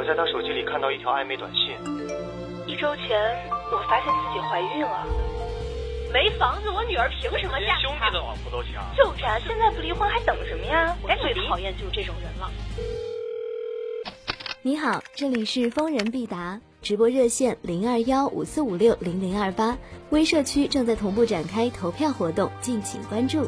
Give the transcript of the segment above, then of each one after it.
在他手机里看到一条暧昧短信。 1周前，我发现自己怀孕了。没房子，我女儿凭什么嫁给他？ 连兄弟的老婆都抢。 就是啊，现在不离婚还等什么呀？我最讨厌就是这种人了。 你好，这里是疯人必答直播热线021545600028，微社区正在同步展开投票活动，敬请关注。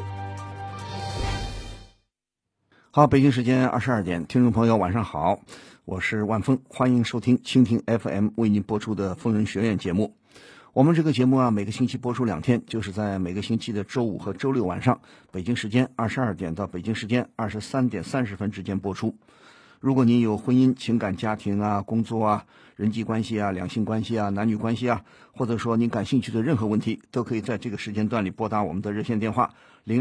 好，北京时间22点，听众朋友晚上好，我是万峰，欢迎收听蜻蜓 FM 为您播出的疯人学院节目。我们这个节目啊，每个星期播出2天，就是在每个星期的周五和周六晚上，北京时间22点到北京时间23点30分之间播出。如果您有婚姻、情感、家庭啊、工作啊、人际关系啊、两性关系啊、男女关系啊，或者说您感兴趣的任何问题，都可以在这个时间段里拨打我们的热线电话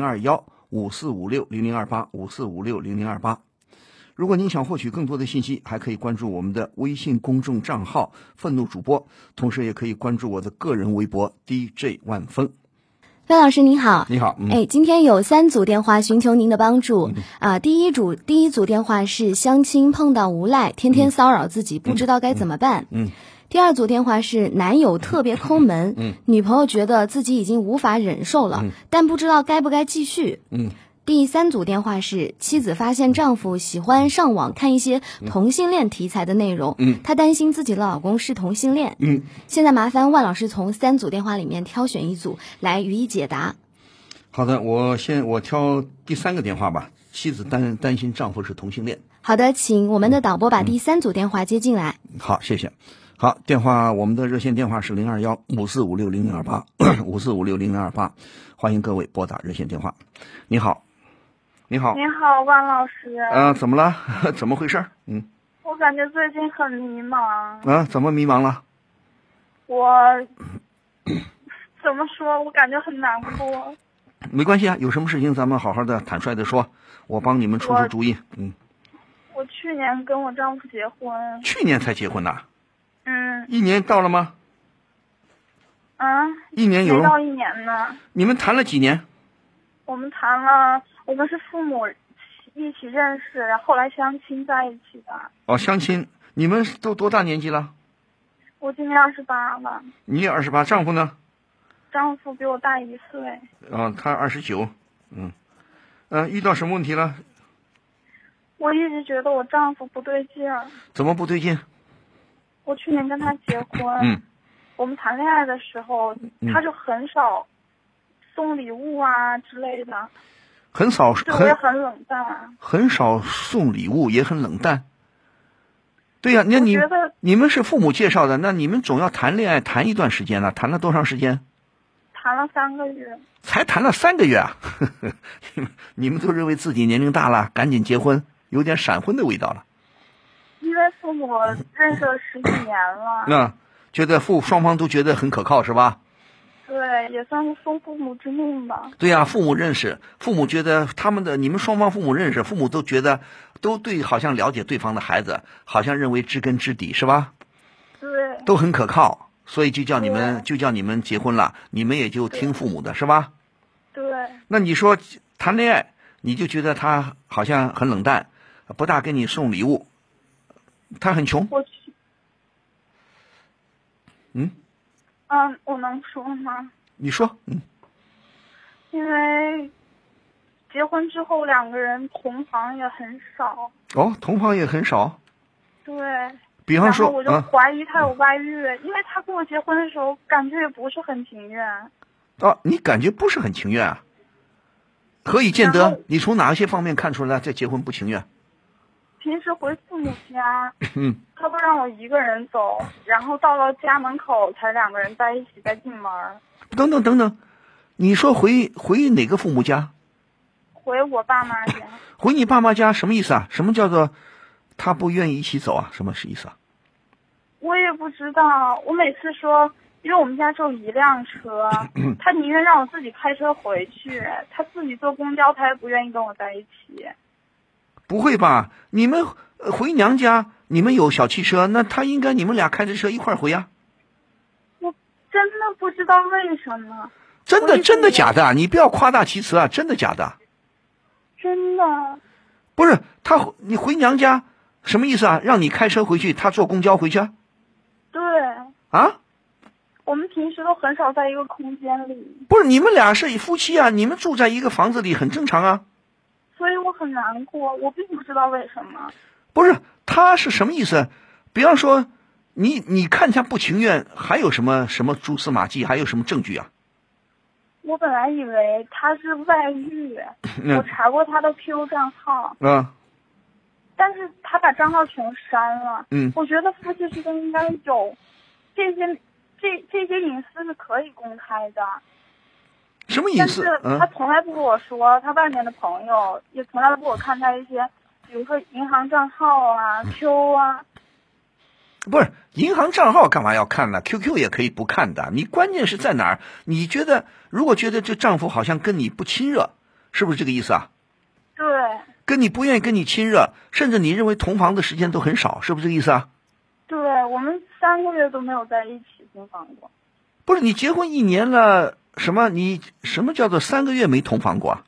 021-5456-0028 如果您想获取更多的信息，还可以关注我们的微信公众账号愤怒主播，同时也可以关注我的个人微博 DJ 万峰。 范老师您好。 你好。 今天有3组电话寻求您的帮助。第一组电话是相亲碰到无赖，天天骚扰自己，不知道该怎么办。第2组电话是男友特别抠门，女朋友觉得自己已经无法忍受了，但不知道该不该继续。第3组电话是妻子发现丈夫喜欢上网看一些同性恋题材的内容，她担心自己的老公是同性恋。现在麻烦万老师从3组电话里面挑选一组来予以解答。 好的，我挑第3个电话吧。妻子担心丈夫是同性恋。 好的，请我们的导播把第3组电话接进来。 好，谢谢。好，我们的热线电话是021-5456-0028 5456-0028，欢迎各位拨打热线电话。你好。你好， 万老师。 怎么了？怎么回事？ 我感觉最近很迷茫。 怎么迷茫了？ 我怎么说？我感觉很难过。 没关系啊，有什么事情咱们好好的坦率的说，我帮你们出出主意。 我去年跟我丈夫结婚。 去年才结婚呐？1年到了吗？1年有没到1年呢。 你们谈了几年？ 我们是父母一起认识，然后后来相亲在一起的。 相亲，你们都多大年纪了？ 我今年28了。 你也28，丈夫呢？ 丈夫比我大1岁。 他29。遇到什么问题了？ 我一直觉得我丈夫不对劲儿。 怎么不对劲？ 我去年跟他结婚，我们谈恋爱的时候，他就很少送礼物啊之类的。对我也很冷淡。很少送礼物，也很冷淡。对呀，那你们是父母介绍的，那你们总要谈恋爱谈一段时间了，谈了多长时间？ 谈了3个月。 才谈了3个月啊？你们都认为自己年龄大了，赶紧结婚，有点闪婚的味道了。 因为父母认识了10几年了。 觉得双方都觉得很可靠是吧？ 对，也算是奉父母之命吧。 对呀，父母认识，父母觉得你们双方父母认识，父母都觉得都对，好像了解对方的孩子，好像认为知根知底是吧？ 对， 都很可靠，所以就叫你们结婚了，你们也就听父母的是吧？ 对。 那你说谈恋爱，你就觉得他好像很冷淡，不大给你送礼物，他很穷。 我能说吗？ 你说。 因为结婚之后2个人同房也很少。 同房也很少。 对。 比方说， 然后我就怀疑他有外遇，因为他跟我结婚的时候感觉也不是很情愿。 你感觉不是很情愿啊？何以见得？你从哪些方面看出来这结婚不情愿？ 平时回父母家，他都让我一个人走，然后到了家门口才2个人在一起再进门。 等等，你说回哪个父母家？ 回我爸妈家。 回你爸妈家什么意思啊？什么叫做他不愿意一起走啊？什么是意思啊？ 我也不知道，我每次说，因为我们家只有1辆车，他宁愿让我自己开车回去，他自己坐公交，他也不愿意跟我在一起。 不会吧？你们回娘家，你们有小汽车，那他应该你们俩开着车一块儿回啊。 我真的不知道为什么。 真的假的？你不要夸大其词啊！真的假的？ 真的。 不是你回娘家， 什么意思啊？让你开车回去，他坐公交回去啊？ 对。 啊？ 我们平时都很少在一个空间里。 不是，你们俩是夫妻啊，你们住在一个房子里很正常啊。 所以我很难过，我并不知道为什么。 不是，他是什么意思？比方说，你看他不情愿，还有什么蛛丝马迹，还有什么证据啊？ 我本来以为他是外遇，我查过他的 QQ 账号。但是他把账号全删了。我觉得夫妻之间应该有这些隐私是可以公开的。 什么隐私？ 但是他从来不跟我说，他外面的朋友也从来不给我看他一些，比如说银行账号啊、Q 啊。 不是，银行账号干嘛要看呢？ QQ 也可以不看的。你关键是在哪儿？你如果觉得这丈夫好像跟你不亲热，是不是这个意思啊？ 对。 跟你不愿意跟你亲热，甚至你认为同房的时间都很少，是不是这个意思啊？ 对，我们3个月都没有在一起同房过。 不是，你结婚1年了，你什么叫做3个月没同房过啊？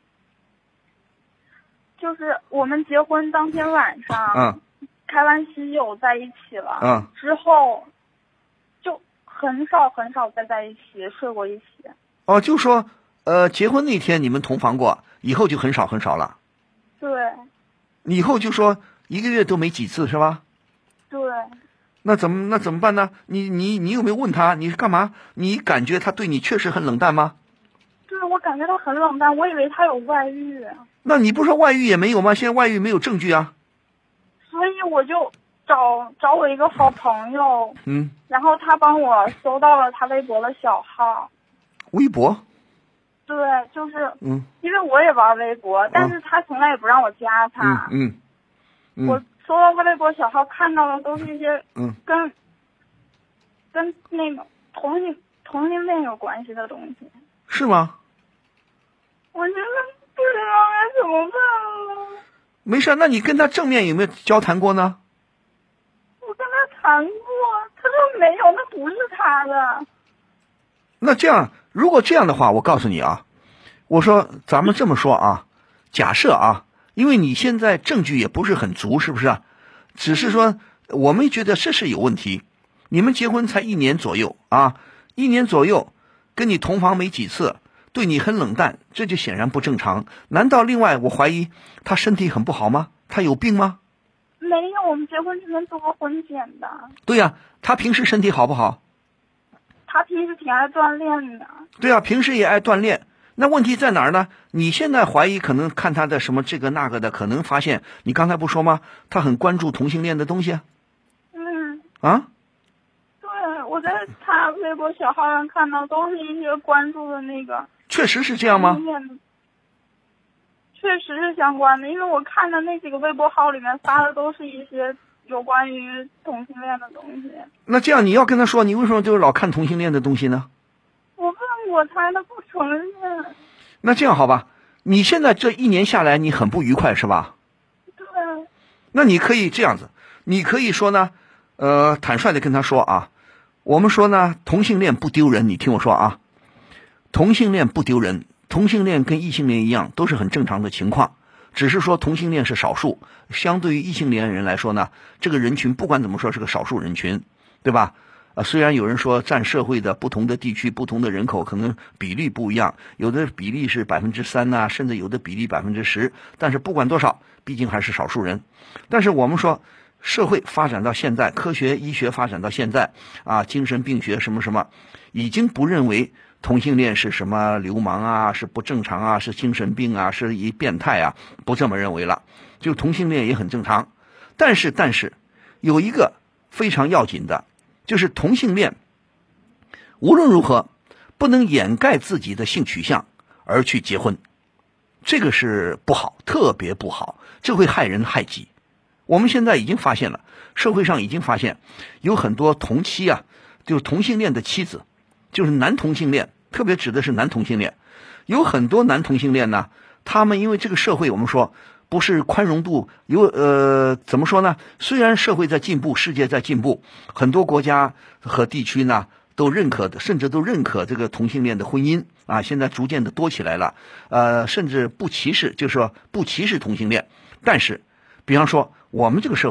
就是我们结婚当天晚上，开完喜酒在一起了，之后就很少在一起睡过一起。 哦，就说结婚那天你们同房过，以后就很少了。 对。 以后就说1个月都没几次是吧？ 对。 那怎么办呢？你有没有问他？你是干嘛？你感觉他对你确实很冷淡吗？ 对，我感觉他很冷淡，我以为他有外遇。 那你不说外遇也没有吗？现在外遇没有证据啊。 所以我就找我一个好朋友，然后他帮我搜到了他微博的小号。 微博？ 对，就是因为我也玩微博，但是他从来也不让我加他。我搜到他微博小号，看到的都是一些跟那个同性恋有关系的东西。 是吗？ 我觉得不知道该怎么办了。 没事，那你跟他正面有没有交谈过呢？ 我跟他谈过，他说没有，那不是他的。 那这样，如果这样的话，我告诉你啊，我说咱们这么说啊，假设啊，因为你现在证据也不是很足，是不是啊？只是说我们觉得这是有问题。你们结婚才1年左右啊，1年左右，跟你同房没几次，对你很冷淡，这就显然不正常。难道另外我怀疑他身体很不好吗？他有病吗？ 没有，我们结婚之前做过婚检的。 对呀，他平时身体好不好？ 他平时挺爱锻炼的。 对啊，平时也爱锻炼。那问题在哪儿呢？你现在怀疑可能看他的什么这个那个的，可能发现你刚才不说吗？他很关注同性恋的东西。 对，我在他微博小号上看到都是一些关注的那个。 确实是这样吗？ 确实是相关的，因为我看的那几个微博号里面发的都是一些有关于同性恋的东西。那这样你要跟他说，你为什么就老看同性恋的东西呢？ 我问过他，他不承认。 那这样好吧，你现在这1年下来你很不愉快是吧？ 对。 那你可以这样子，你可以说呢，坦率的跟他说啊，我们说呢，同性恋不丢人，你听我说啊，同性恋不丢人，同性恋跟异性恋一样，都是很正常的情况，只是说同性恋是少数，相对于异性恋人来说呢，这个人群不管怎么说是个少数人群，对吧？虽然有人说占社会的不同的地区、不同的人口可能比例不一样，有的比例是3%呐，甚至有的比例10%，但是不管多少，毕竟还是少数人。但是我们说，社会发展到现在，科学医学发展到现在啊，精神病学什么什么，已经不认为同性恋是什么流氓啊，是不正常啊，是精神病啊，是一变态啊，不这么认为了。就同性恋也很正常，但是有一个非常要紧的，就是同性恋无论如何不能掩盖自己的性取向而去结婚，这个是不好，特别不好，这会害人害己。我们现在已经发现了，社会上已经发现有很多同妻啊，就是同性恋的妻子，就是男同性恋，特别指的是男同性恋。有很多男同性恋呢，他们因为这个社会我们说不是宽容度怎么说呢？虽然社会在进步，世界在进步，很多国家和地区呢都认可的，甚至都认可这个同性恋的婚姻啊，现在逐渐的多起来了。甚至不歧视，就是说不歧视同性恋。但是比方说我们这个社会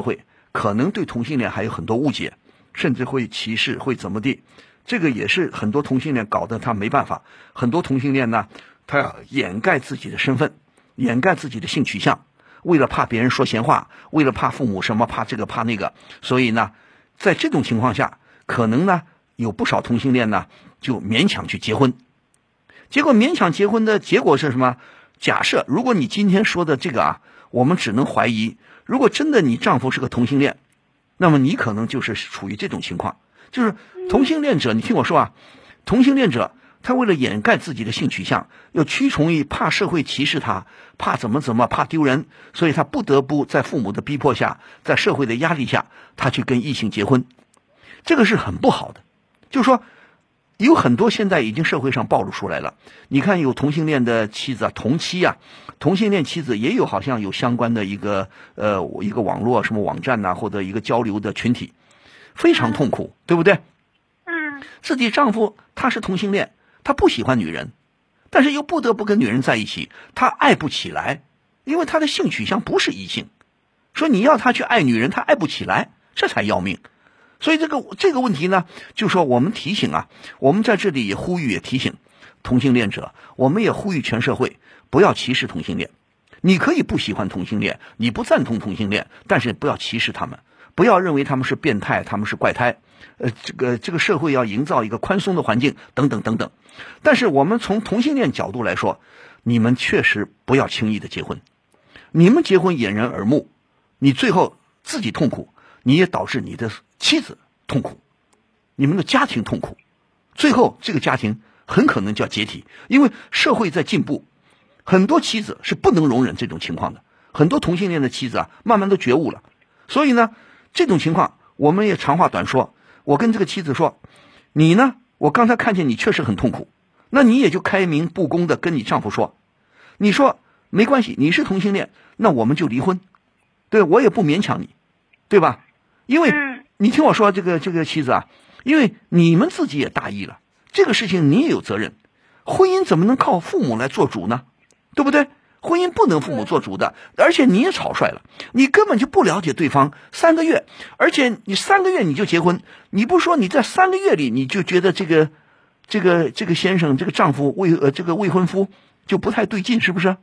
可能对同性恋还有很多误解，甚至会歧视，会怎么地。这个也是很多同性恋搞得他没办法。很多同性恋呢，他要掩盖自己的身份，掩盖自己的性取向，为了怕别人说闲话，为了怕父母什么，怕这个怕那个，所以呢，在这种情况下，可能呢有不少同性恋呢就勉强去结婚。结果勉强结婚的结果是什么？假设如果你今天说的这个啊，我们只能怀疑，如果真的你丈夫是个同性恋，那么你可能就是处于这种情况。就是同性恋者，你听我说啊，同性恋者他为了掩盖自己的性取向，又屈从于怕社会歧视他，怕怎么怕丢人，所以他不得不在父母的逼迫下，在社会的压力下，他去跟异性结婚。这个是很不好的。就是说有很多现在已经社会上暴露出来了。你看有同性恋的妻子啊，同妻啊，同性恋妻子也有，好像有相关的一个网络什么网站呐，或者一个交流的群体，非常痛苦，对不对？自己丈夫他是同性恋，他不喜欢女人，但是又不得不跟女人在一起，他爱不起来，因为他的性取向不是异性。说你要他去爱女人，他爱不起来，这才要命。所以这个问题呢，就说我们提醒啊，我们在这里也呼吁也提醒同性恋者，我们也呼吁全社会不要歧视同性恋。你可以不喜欢同性恋，你不赞同同性恋，但是不要歧视他们，不要认为他们是变态，他们是怪胎。这个社会要营造一个宽松的环境，等等等等。但是我们从同性恋角度来说，你们确实不要轻易的结婚。你们结婚掩人耳目，你最后自己痛苦，你也导致你的妻子痛苦，你们的家庭痛苦，最后这个家庭很可能就要解体。因为社会在进步，很多妻子是不能容忍这种情况的，很多同性恋的妻子啊，慢慢都觉悟了。所以呢，这种情况我们也长话短说，我跟这个妻子说，你呢，我刚才看见你确实很痛苦，那你也就开诚布公的跟你丈夫说，你说没关系，你是同性恋，那我们就离婚，对，我也不勉强你，对吧？因为你听我说，这个妻子啊，因为你们自己也大意了，这个事情你也有责任。婚姻怎么能靠父母来做主呢？对不对？婚姻不能父母做主的，而且你也草率了，你根本就不了解对方3个月，而且你3个月你就结婚，你不说你在3个月里你就觉得这个先生，这个丈夫这个未婚夫就不太对劲，是不是？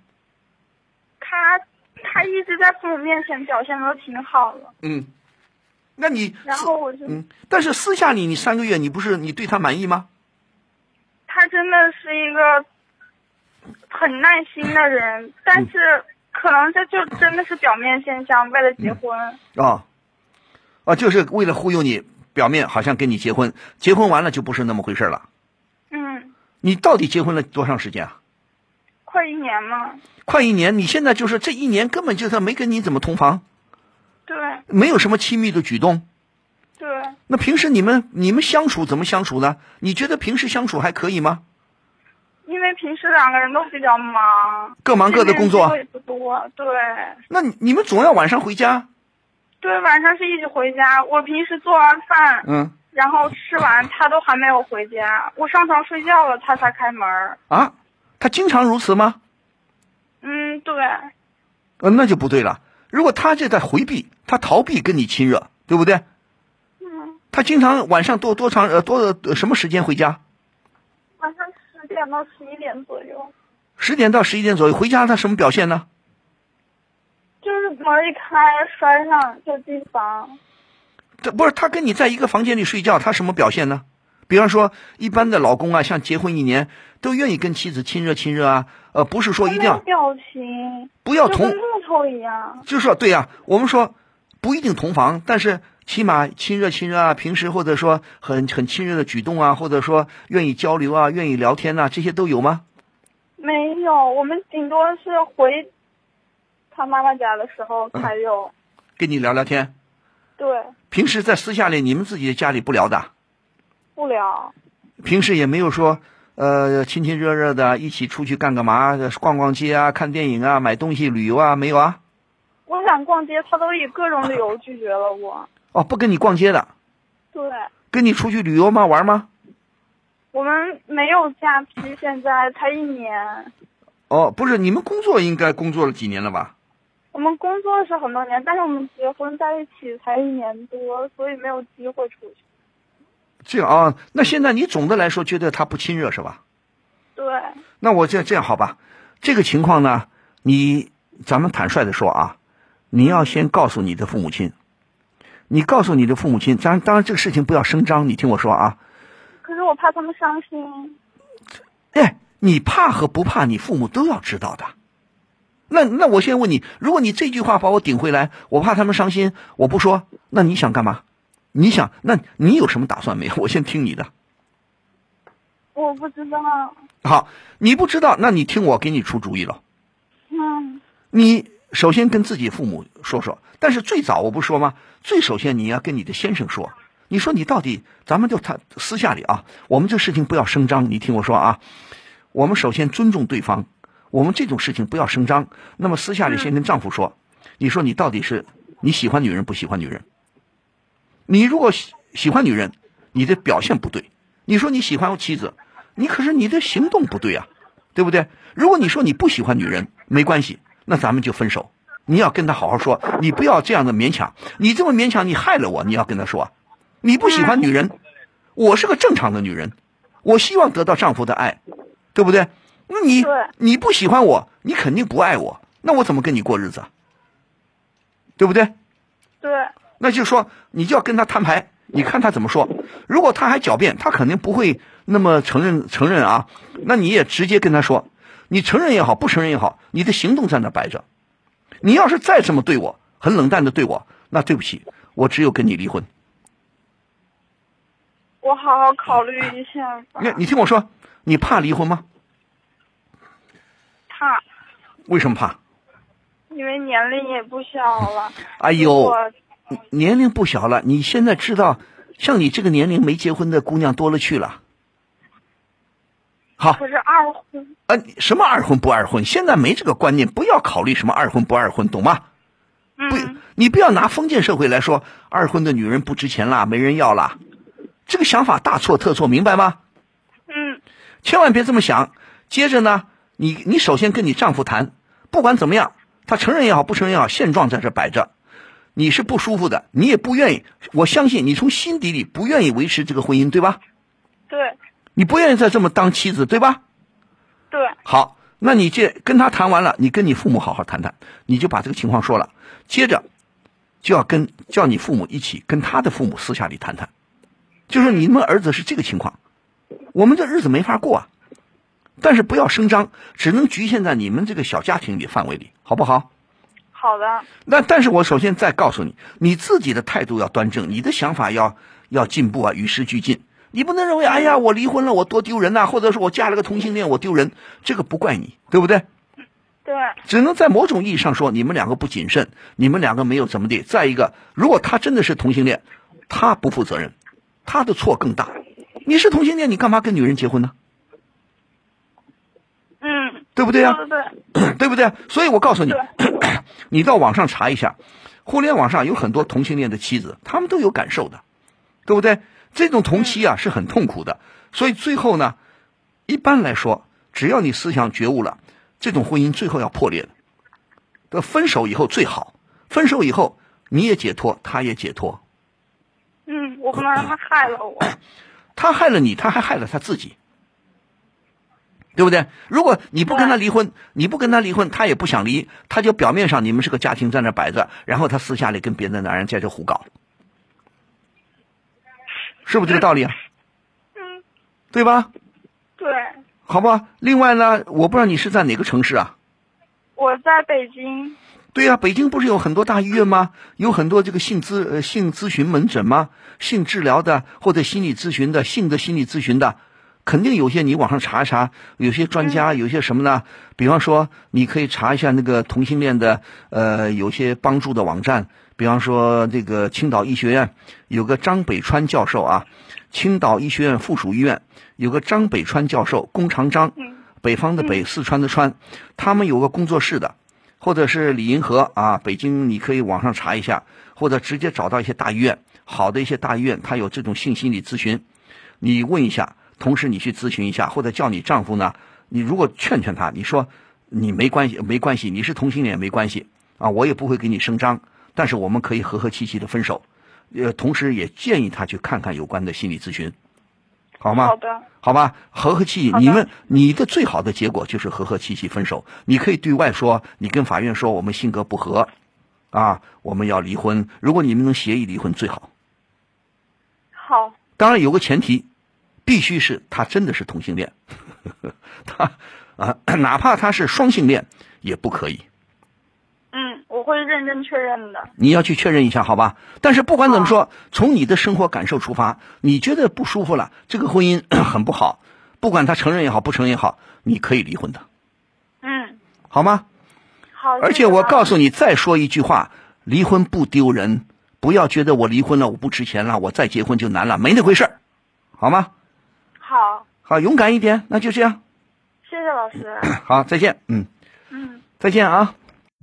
他一直在父母面前表现都挺好的。 那你然后我就但是私下里你3个月你对他满意吗？ 他真的是一个很耐心的人，但是可能这就真的是表面现象，为了结婚。 就是为了忽悠你，表面好像跟你结婚，结婚完了就不是那么回事了。你到底结婚了多长时间啊？ 快1年了。 快1年，你现在就是这1年根本就是没跟你怎么同房。 对。 没有什么亲密的举动。 对。 那平时你们相处怎么相处呢？你觉得平时相处还可以吗？ 因为平时2个人都比较忙， 各忙各的工作， 也不多。对。 那你们总要晚上回家？ 对，晚上是一起回家。我平时做完饭，然后吃完，他都还没有回家。我上床睡觉了，他才开门。 啊？他经常如此吗？ 对。 那就不对了。如果他这在回避，他逃避跟你亲热，对不对？他经常晚上多长什么时间回家？ 晚上10点到11点左右。 10点到11点左右回家，他什么表现呢？ 就是门一开，摔上就进房。 这不是他跟你在一个房间里睡觉，他什么表现呢？比方说，一般的老公啊，像结婚1年，都愿意跟妻子亲热啊，不是说一定要表情， 不要就跟木头一样。 就是说，对呀，我们说不一定同房，但是起码亲热啊，平时或者说很亲热的举动啊，或者说愿意交流啊，愿意聊天啊，这些都有吗？ 没有，我们顶多是回他妈妈家的时候才有。 跟你聊聊天。 对。 平时在私下里，你们自己家里不聊的？ 不聊。 平时也没有说亲热的一起出去干个嘛，逛逛街啊，看电影啊，买东西旅游啊，没有啊？ 我想逛街，他都以各种理由拒绝了我。 不跟你逛街的。 对。 跟你出去旅游吗？玩吗？ 我们没有假期，现在才1年。 不是，你们应该工作了几年了吧？ 我们工作是很多年，但是我们结婚在一起才1年多，所以没有机会出去。 这样啊，那现在你总的来说觉得他不亲热是吧？ 对。 那我这样好吧，这个情况呢，咱们坦率的说啊，你要先告诉你的父母亲，你告诉你的父母亲，当然这个事情不要声张，你听我说啊。 可是我怕他们伤心。 哎，你怕和不怕，你父母都要知道的。那我先问你，如果你这句话把我顶回来，我怕他们伤心，我不说，那你想干嘛？那你有什么打算没有？我先听你的。 我不知道。 好，你不知道，那你听我给你出主意了。你首先跟自己父母说说，但是最早我不说吗？首先你要跟你的先生说，你说你到底，咱们就私下里啊，我们这事情不要声张，你听我说啊，我们首先尊重对方。我们这种事情不要声张，那么私下里先跟丈夫说，你说你到底是你喜欢女人不喜欢女人？你如果喜欢女人，你的表现不对；你说你喜欢妻子，可是你的行动不对啊，对不对？如果你说你不喜欢女人，没关系，那咱们就分手。你要跟他好好说，你不要这样的勉强，你这么勉强，你害了我。你要跟他说，你不喜欢女人，我是个正常的女人，我希望得到丈夫的爱，对不对？那你不喜欢我，你肯定不爱我，那我怎么跟你过日子啊？对不对？ 对。 那就是说，你就要跟他摊牌，你看他怎么说。如果他还狡辩，他肯定不会那么承认啊。那你也直接跟他说，你承认也好，不承认也好，你的行动在那摆着。你要是再这么对我，很冷淡的对我，那对不起，我只有跟你离婚。 我好好考虑一下吧。 你听我说，你怕离婚吗？ 怕。 为什么怕？ 因为年龄也不小了。 哎呦，年龄不小了，你现在知道，像你这个年龄没结婚的姑娘多了去了。好。 可是二婚。 什么二婚不二婚？现在没这个观念，不要考虑什么二婚不二婚，懂吗？你不要拿封建社会来说，二婚的女人不值钱啦，没人要啦，这个想法大错特错，明白吗？千万别这么想。接着呢，你首先跟你丈夫谈，不管怎么样，他承认也好，不承认也好，现状在这摆着，你是不舒服的，你也不愿意，我相信你从心底里不愿意维持这个婚姻，对吧？ 对。 你不愿意再这么当妻子，对吧？ 对。 好，那你跟他谈完了，你跟你父母好好谈谈，你就把这个情况说了，接着就要叫你父母一起跟他的父母私下里谈谈，就是你们儿子是这个情况，我们这日子没法过啊。但是不要声张，只能局限在你们这个小家庭里范围里，好不好？ 好的。 但是我首先再告诉你，你自己的态度要端正，你的想法要进步啊，与时俱进。你不能认为，哎呀，我离婚了，我多丢人呐，或者说我嫁了个同性恋，我丢人，这个不怪你，对不对？ 对。 只能在某种意义上说，你们两个不谨慎，你们两个没有怎么地。再一个，如果他真的是同性恋，他不负责任，他的错更大。你是同性恋，你干嘛跟女人结婚呢？对不对呀？对不对？所以我告诉你，你到网上查一下，互联网上有很多同性恋的妻子，他们都有感受的，对不对？这种同妻啊是很痛苦的，所以最后呢，一般来说，只要你思想觉悟了，这种婚姻最后要破裂的。分手以后最好，分手以后你也解脱，他也解脱。 我不能让他害了我。 他害了你，他还害了他自己。对不对？如果你不跟他离婚，他也不想离，他就表面上你们是个家庭在那摆着，然后他私下里跟别的男人在这胡搞，是不是这个道理啊？对吧？ 对。 好吧。另外呢，我不知道你是在哪个城市啊？ 我在北京。 对呀，北京不是有很多大医院吗？有很多这个性咨询门诊吗？性治疗的或者心理咨询的，性的心理咨询的。肯定有些你网上查一查，有些专家有些什么呢？比方说你可以查一下那个同性恋的有些帮助的网站，比方说这个青岛医学院有个张北川教授啊，青岛医学院附属医院有个张北川教授，弓长张，北方的北，四川的川，他们有个工作室的，或者是李银河啊，北京你可以网上查一下，或者直接找到一些大医院，好的一些大医院，他有这种性心理咨询，你问一下。同时你去咨询一下，或者叫你丈夫呢，你如果劝他，你说你没关系，你是同性恋没关系， 啊，我也不会给你声张，但是我们可以和和气气的分手，同时也建议他去看看有关的心理咨询，好吗？ 好的， 好吧，和和气，你的最好的结果就是和和气气分手。你可以对外说，你跟法院说我们性格不合，啊，我们要离婚。如果你们能协议离婚最好。 好。 当然有个前提，必须是他真的是同性恋，哪怕他是双性恋也不可以。 我会认真确认的。 你要去确认一下，好吧？但是不管怎么说，从你的生活感受出发，你觉得不舒服了，这个婚姻很不好，不管他承认也好，不承认也好，你可以离婚的。好吗？ 好。 而且我告诉你，再说一句话，离婚不丢人，不要觉得我离婚了我不值钱了，我再结婚就难了，没那回事儿，好吗？好，勇敢一点，那就这样。 谢谢老师。 好，再见。再见啊。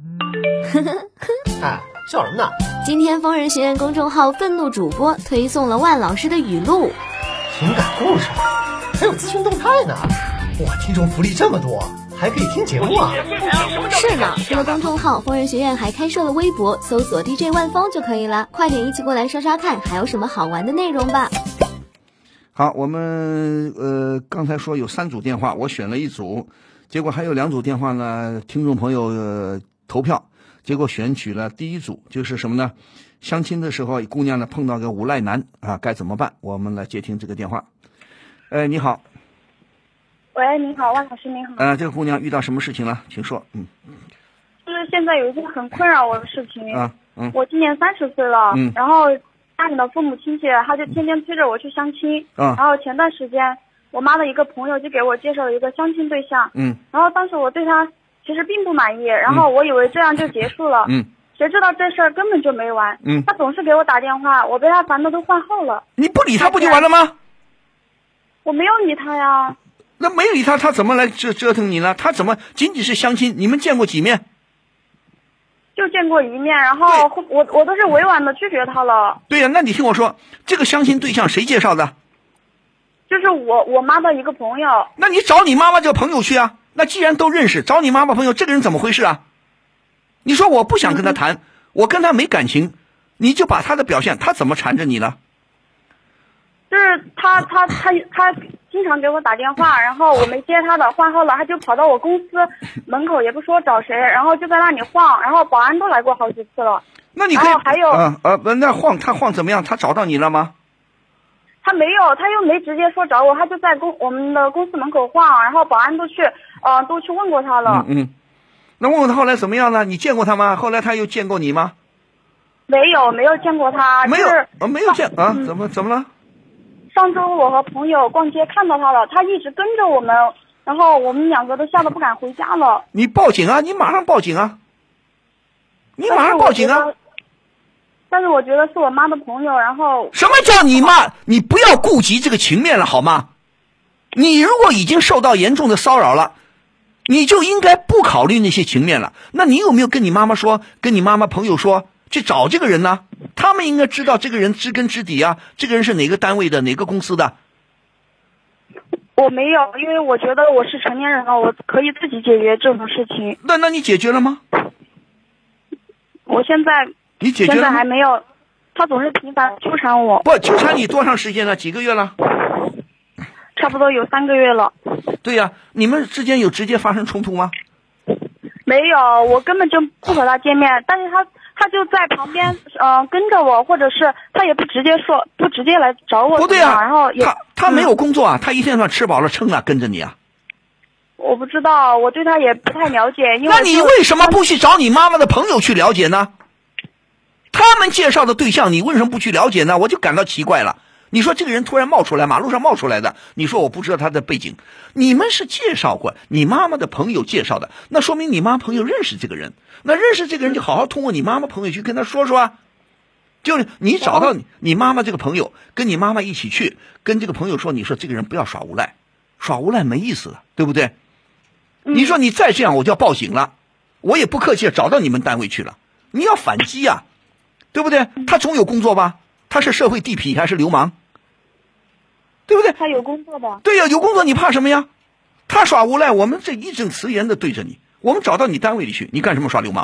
哎，笑什么呢？ 今天疯人学院公众号愤怒主播推送了万老师的语录， 情感故事，还有资讯动态呢。哇，听众福利这么多，还可以听节目啊！ 是呢，除了公众号，疯人学院还开设了微博，搜索 DJ 万峰就可以了。快点一起过来刷刷看，还有什么好玩的内容吧。 好，我们刚才说有3组电话，我选了1组，结果还有2组电话呢，听众朋友投票，结果选取了第1组，就是什么呢？相亲的时候，姑娘呢碰到个无赖男啊，该怎么办？我们来接听这个电话。你好。 喂，你好，万老师您好。 这个姑娘遇到什么事情了？请说。 就是现在有一件很困扰我的事情。我今年30岁了。然后家里的父母亲戚他就天天催着我去相亲。然后前段时间我妈的一个朋友就给我介绍了一个相亲对象。然后当时我对他其实并不满意，然后我以为这样就结束了。谁知道这事儿根本就没完。他总是给我打电话，我被他烦的都换号了。 你不理他不就完了吗？ 我没有理他呀。 那没理他，他怎么来折腾你呢？他怎么仅仅是相亲？你们见过几面？ 就见过1面，然后我都是委婉的拒绝他了。 对呀，那你听我说，这个相亲对象谁介绍的？ 就是我妈的一个朋友。 那你找你妈妈这个朋友去啊。那既然都认识，找你妈妈朋友，这个人怎么回事啊？你说我不想跟他谈，我跟他没感情，你就把他的表现，他怎么缠着你了？ 就是他经常给我打电话，然后我没接他的，换号了，他就跑到我公司门口，也不说找谁，然后就在那里晃，然后保安都来过好几次了。 那你可以， 然后还有那他晃怎么样？他找到你了吗？ 他没有，他又没直接说找我，他就在我们的公司门口晃，然后保安都去问过他了。 那问问他后来怎么样呢？你见过他吗？后来他又见过你吗？ 没有见过他。 没有见啊？怎么了？ 上周我和朋友逛街看到他了，他一直跟着我们，然后我们2个都吓得不敢回家了。 你报警啊！你马上报警啊！你马上报警啊！ 但是我觉得是我妈的朋友，然后什么叫你妈？你不要顾及这个情面了好吗？你如果已经受到严重的骚扰了，你就应该不考虑那些情面了。那你有没有跟你妈妈说，跟你妈妈朋友说，去找这个人呢？他们应该知道这个人知根知底啊，这个人是哪个单位的，哪个公司的。 我没有，因为我觉得我是成年人了，我可以自己解决这种事情。 那你解决了吗？ 我现在还没有，他总是频繁纠缠我。 不纠缠你多长时间了？几个月了？ 差不多有3个月了。 对呀，你们之间有直接发生冲突吗？ 没有，我根本就不和他见面，但是他就在旁边跟着我，或者是他也不直接说，不直接来找我。 不对啊， 然后他没有工作啊，他一天到晚吃饱了撑了跟着你啊。 我不知道，我对他也不太了解。因为那你为什么不去找你妈妈的朋友去了解呢？他们介绍的对象你为什么不去了解呢？我就感到奇怪了。你说这个人突然冒出来，马路上冒出来的，你说我不知道他的背景，你们是介绍过，你妈妈的朋友介绍的，那说明你妈朋友认识这个人，那认识这个人就好好通过你妈妈朋友去跟他说说啊。就是你找到你妈妈这个朋友，跟你妈妈一起去跟这个朋友说，你说这个人不要耍无赖，耍无赖没意思了，对不对？你说你再这样我就要报警了，我也不客气找到你们单位去了，你要反击啊，对不对？他总有工作吧？他是社会地痞还是流氓？对不对？ 他有工作的。 对呀，有工作你怕什么呀？他耍无赖，我们这义正辞严的对着你，我们找到你单位里去，你干什么耍流氓？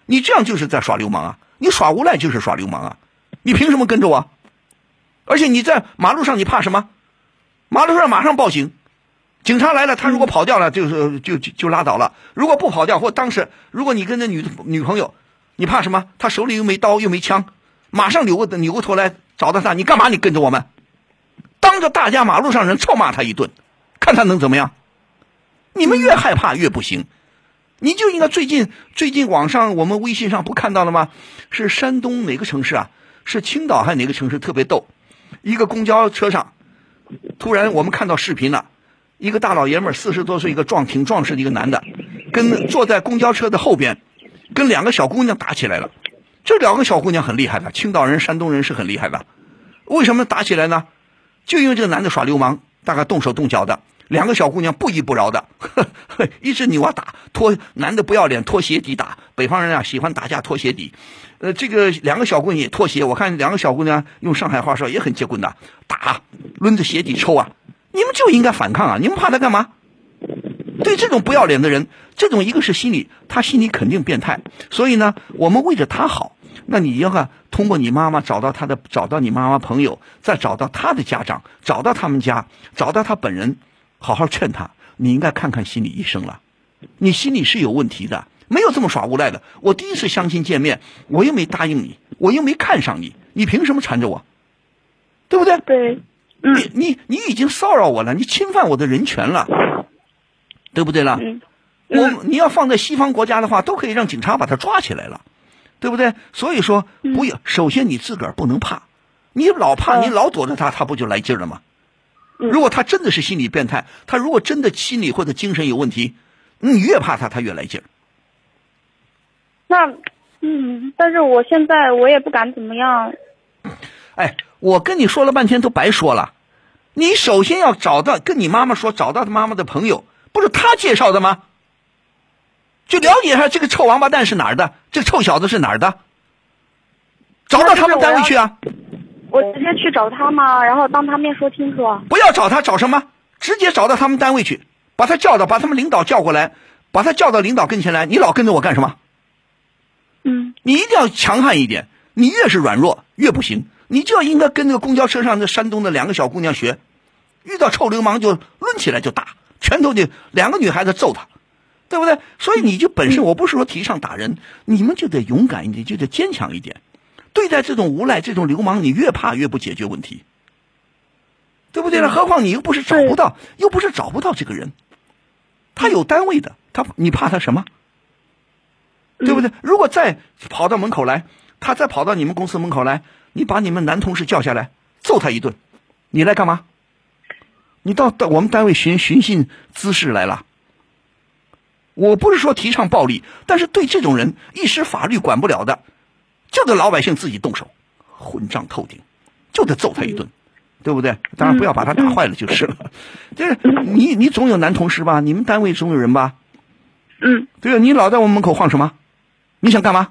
你这样就是在耍流氓啊！你耍无赖就是耍流氓啊！你凭什么跟着我？而且你在马路上你怕什么？马路上马上报警，警察来了，他如果跑掉了就拉倒了。如果不跑掉，或当时如果你跟那女朋友，你怕什么？他手里又没刀又没枪，马上扭过头来找到他，你干嘛？你跟着我们？当着大家马路上人臭骂他一顿，看他能怎么样？你们越害怕越不行。你就应该最近网上我们微信上不看到了吗？是山东哪个城市啊？是青岛还是哪个城市特别逗？一个公交车上，突然我们看到视频了，一个大老爷们40多岁，一个挺壮实的一个男的，跟坐在公交车的后边，跟2个小姑娘打起来了。这2个小姑娘很厉害的，青岛人、山东人是很厉害的。为什么打起来呢？就因为这个男的耍流氓，大概动手动脚的。2个小姑娘不依不饶的，一直扭啊打，男的不要脸，拖鞋底打。北方人啊喜欢打架拖鞋底，这个2个小姑娘也拖鞋，我看2个小姑娘用上海话说也很结棍的，打，抡着鞋底抽啊！你们就应该反抗啊！你们怕他干嘛？对这种不要脸的人，这种一个是他心里肯定变态，所以呢，我们为着他好，那你要通过你妈妈找到你妈妈朋友，再找到他的家长，找到他们家，找到他本人。好好劝他，你应该看看心理医生了，你心里是有问题的，没有这么耍无赖的。我第一次相亲见面，我又没答应你，我又没看上你，你凭什么缠着我？对不对？ 对， 你已经骚扰我了，你侵犯我的人权了，对不对了？你要放在西方国家的话，都可以让警察把他抓起来了，对不对？所以说不要，首先你自个儿不能怕，你老怕，你老躲着他不就来劲了吗？如果他真的是心理变态，他如果真的心理或者精神有问题，你越怕他越来劲儿。 那，但是我现在我也不敢怎么样。 哎，我跟你说了半天都白说了。你首先要跟你妈妈说，找到他妈妈的朋友，不是他介绍的吗？就了解一下这个臭王八蛋是哪儿的，这个臭小子是哪儿的，找到他们单位去啊。 我直接去找他嘛，然后当他面说清楚。 不要找他，找什么？直接找到他们单位去，把他们领导叫过来，把他叫到领导跟前来。你老跟着我干什么？你一定要强悍一点，你越是软弱越不行。你就应该跟那个公交车上的山东的2个小姑娘学，遇到臭流氓就抡起来就打，拳头就2个女孩子揍他，对不对？所以你就本身，我不是说提倡打人，你们就得勇敢一点，就得坚强一点。对待这种无赖、这种流氓，你越怕越不解决问题，对不对呢？何况你又不是找不到这个人，他有单位的，你怕他什么？对不对？如果再跑到门口来，他再跑到你们公司门口来，你把你们男同事叫下来，揍他一顿，你来干嘛？你到我们单位寻衅滋事来了。我不是说提倡暴力，但是对这种人，一时法律管不了的，就得老百姓自己动手，混账透顶，就得揍他一顿，对不对？当然不要把他打坏了就是了。就是你总有男同事吧？你们单位总有人吧？对啊，你老在我们门口晃什么？你想干嘛？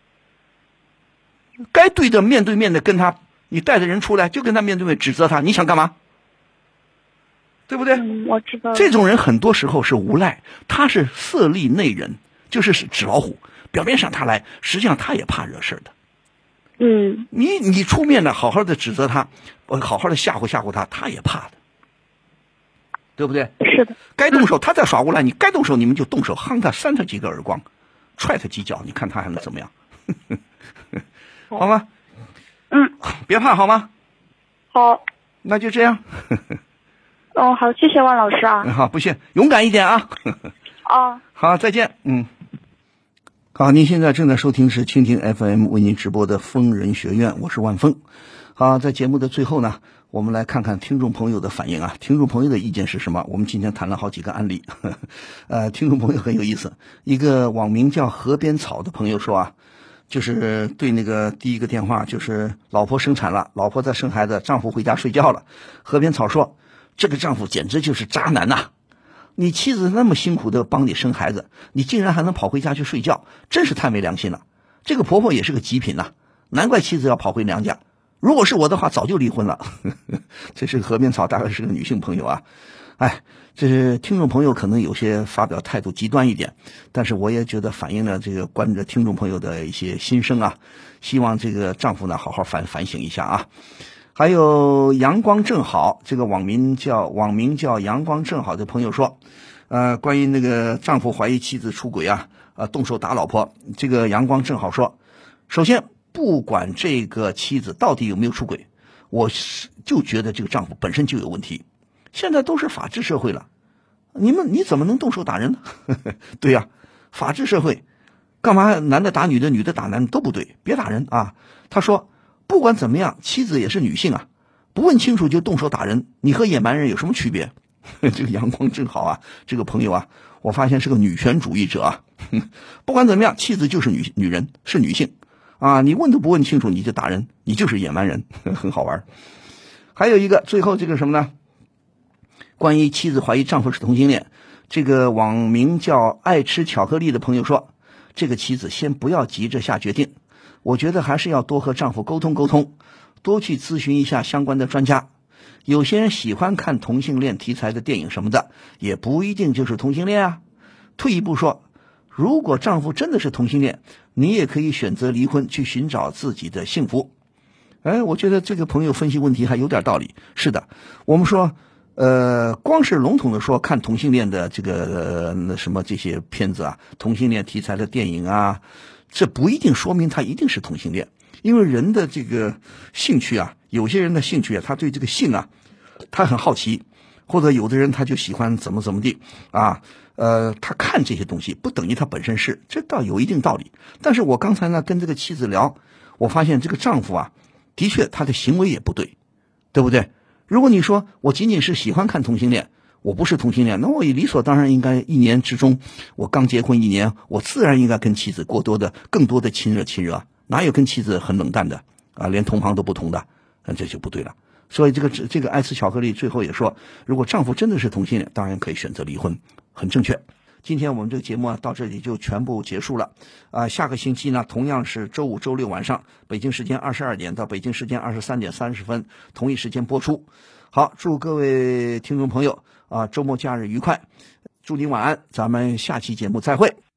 该面对面的跟他，你带着人出来就跟他面对面指责他，你想干嘛？对不对？ 我知道。这种人很多时候是无赖，他是色厉内荏，就是纸老虎。表面上他来，实际上他也怕惹事的。你出面了，好好的指责他，好好的吓唬他，他也怕的，对不对？ 是的。 该动手，他在耍无赖，你该动手你们就动手，扇他几个耳光，踹他几脚，你看他还能怎么样？好吗？别怕好吗？ 好。 那就这样。 好，谢谢万老师啊。 好，不谢，勇敢一点啊。好，再见。好，您现在正在收听是蜻蜓 FM 为您直播的疯人学院，我是万峰。好，在节目的最后呢，我们来看看听众朋友的反应啊。听众朋友的意见是什么？我们今天谈了好几个案例。听众朋友很有意思，一个网名叫河边草的朋友说啊，就是对那个第一个电话，就是老婆生产了，老婆在生孩子，丈夫回家睡觉了。河边草说，这个丈夫简直就是渣男呐！你妻子那么辛苦的帮你生孩子，你竟然还能跑回家去睡觉，真是太没良心了。这个婆婆也是个极品呐，难怪妻子要跑回娘家。如果是我的话，早就离婚了。这是河边草，大概是个女性朋友啊。 这是听众朋友可能有些发表态度极端一点，但是我也觉得反映了这个关着听众朋友的一些心声啊，希望这个丈夫呢好好反省一下啊。还有阳光正好，这个网名叫阳光正好的朋友说，关于那个丈夫怀疑妻子出轨啊，动手打老婆，这个阳光正好说，首先不管这个妻子到底有没有出轨，我就觉得这个丈夫本身就有问题。现在都是法治社会了，你怎么能动手打人呢？对呀，法治社会，干嘛男的打女的，女的打男的都不对，别打人啊。他说不管怎么样，妻子也是女性啊，不问清楚就动手打人，你和野蛮人有什么区别？这个阳光正好啊，这个朋友啊，我发现是个女权主义者啊。不管怎么样，妻子就是女人，是女性啊，你问都不问清楚你就打人，你就是野蛮人，很好玩。还有一个最后这个什么呢，关于妻子怀疑丈夫是同性恋，这个网名叫爱吃巧克力的朋友说，这个妻子先不要急着下决定，我觉得还是要多和丈夫沟通沟通，多去咨询一下相关的专家。有些人喜欢看同性恋题材的电影什么的，也不一定就是同性恋啊。退一步说，如果丈夫真的是同性恋，你也可以选择离婚，去寻找自己的幸福。我觉得这个朋友分析问题还有点道理。是的，我们说光是笼统的说看同性恋的这个什么这些片子啊，同性恋题材的电影啊，这不一定说明他一定是同性恋。因为人的这个兴趣啊，有些人的兴趣啊，他对这个性啊他很好奇，或者有的人他就喜欢怎么地啊，他看这些东西不等于他本身是，这倒有一定道理。但是我刚才呢跟这个妻子聊，我发现这个丈夫啊的确他的行为也不对，对不对？如果你说我仅仅是喜欢看同性恋，我不是同性恋，那我也理所当然应该一年之中，我刚结婚1年，我自然应该跟妻子更多的亲热，哪有跟妻子很冷淡的啊？连同行都不同的，这就不对了。所以这个爱吃巧克力最后也说，如果丈夫真的是同性恋，当然可以选择离婚，很正确。今天我们这个节目到这里就全部结束了下个星期呢，同样是周5、周6晚上，北京时间22点到北京时间23点30分，同一时间播出。好，祝各位听众朋友周末假日愉快，祝你晚安，咱们下期节目再会。